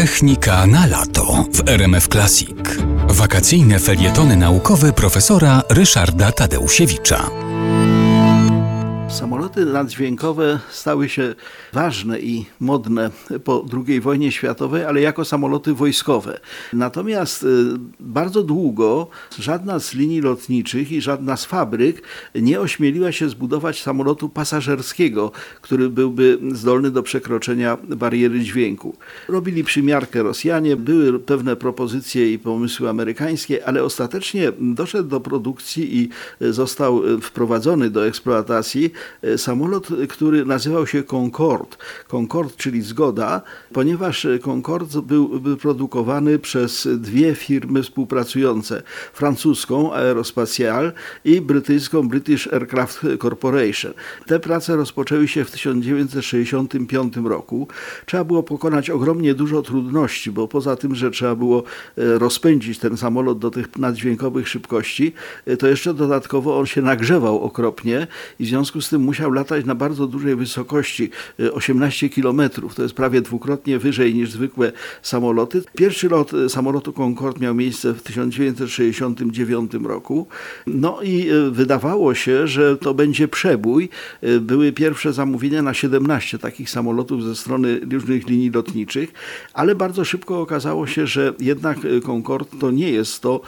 Technika na lato w RMF Classic. Wakacyjne felietony naukowe profesora Ryszarda Tadeusiewicza. Samoloty naddźwiękowe stały się ważne i modne po II wojnie światowej, ale jako samoloty wojskowe. Natomiast bardzo długo żadna z linii lotniczych i żadna z fabryk nie ośmieliła się zbudować samolotu pasażerskiego, który byłby zdolny do przekroczenia bariery dźwięku. Robili przymiarkę Rosjanie, były pewne propozycje i pomysły amerykańskie, ale ostatecznie doszedł do produkcji i został wprowadzony do eksploatacji samolot, który nazywał się Concorde. Concorde, czyli zgoda, ponieważ Concorde był produkowany przez dwie firmy współpracujące. Francuską Aerospatiale i brytyjską British Aircraft Corporation. Te prace rozpoczęły się w 1965 roku. Trzeba było pokonać ogromnie dużo trudności, bo poza tym, że trzeba było rozpędzić ten samolot do tych naddźwiękowych szybkości, to jeszcze dodatkowo on się nagrzewał okropnie i w związku z tym musiał latać na bardzo dużej wysokości, 18 km. To jest prawie dwukrotnie wyżej niż zwykłe samoloty. Pierwszy lot samolotu Concorde miał miejsce w 1969 roku. No i wydawało się, że to będzie przebój. Były pierwsze zamówienia na 17 takich samolotów ze strony różnych linii lotniczych, ale bardzo szybko okazało się, że jednak Concorde to nie jest to,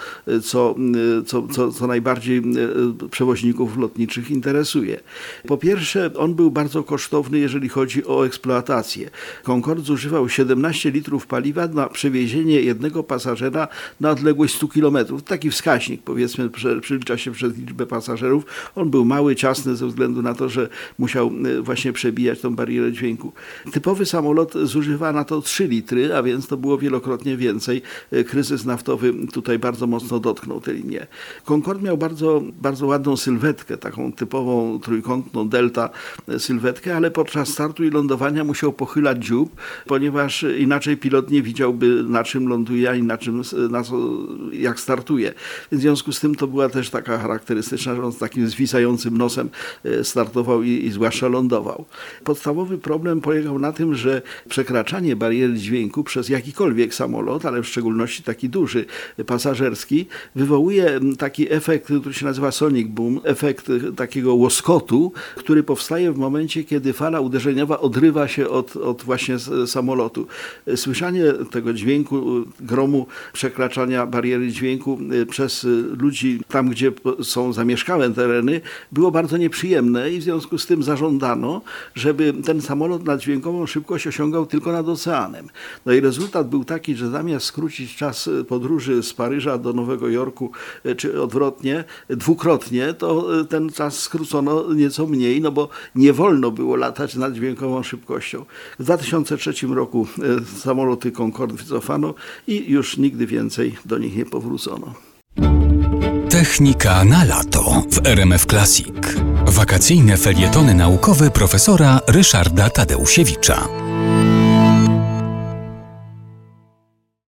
co najbardziej przewoźników lotniczych interesuje. Po pierwsze, on był bardzo kosztowny, jeżeli chodzi o eksploatację. Concorde zużywał 17 litrów paliwa na przewiezienie jednego pasażera na odległość 100 km. Taki wskaźnik, powiedzmy, przylicza się przez liczbę pasażerów. On był mały, ciasny ze względu na to, że musiał właśnie przebijać tą barierę dźwięku. Typowy samolot zużywa na to 3 litry, a więc to było wielokrotnie więcej. Kryzys naftowy tutaj bardzo mocno dotknął tę linię. Concorde miał bardzo ładną sylwetkę, taką typową trójkątną delta sylwetkę, ale podczas startu i lądowania musiał pochylać dziób, ponieważ inaczej pilot nie widziałby, na czym ląduje, ani jak startuje. Więc w związku z tym to była też taka charakterystyczna, że on z takim zwisającym nosem startował i zwłaszcza lądował. Podstawowy problem polegał na tym, że przekraczanie bariery dźwięku przez jakikolwiek samolot, ale w szczególności taki duży, pasażerski, wywołuje taki efekt, który się nazywa sonic boom, efekt takiego łoskotu, który powstaje w momencie, kiedy fala uderzeniowa odrywa się od właśnie samolotu. Słyszanie tego dźwięku, gromu, przekraczania bariery dźwięku przez ludzi tam, gdzie są zamieszkałe tereny, było bardzo nieprzyjemne i w związku z tym zażądano, żeby ten samolot na dźwiękową szybkość osiągał tylko nad oceanem. No i rezultat był taki, że zamiast skrócić czas podróży z Paryża do Nowego Jorku, czy odwrotnie, dwukrotnie, to ten czas skrócono nieco mniej, no bo nie wolno było latać nad dźwiękową szybkością. W 2003 roku samoloty Concorde wycofano i już nigdy więcej do nich nie powrócono. Technika na lato w RMF Classic. Wakacyjne felietony naukowe profesora Ryszarda Tadeusiewicza.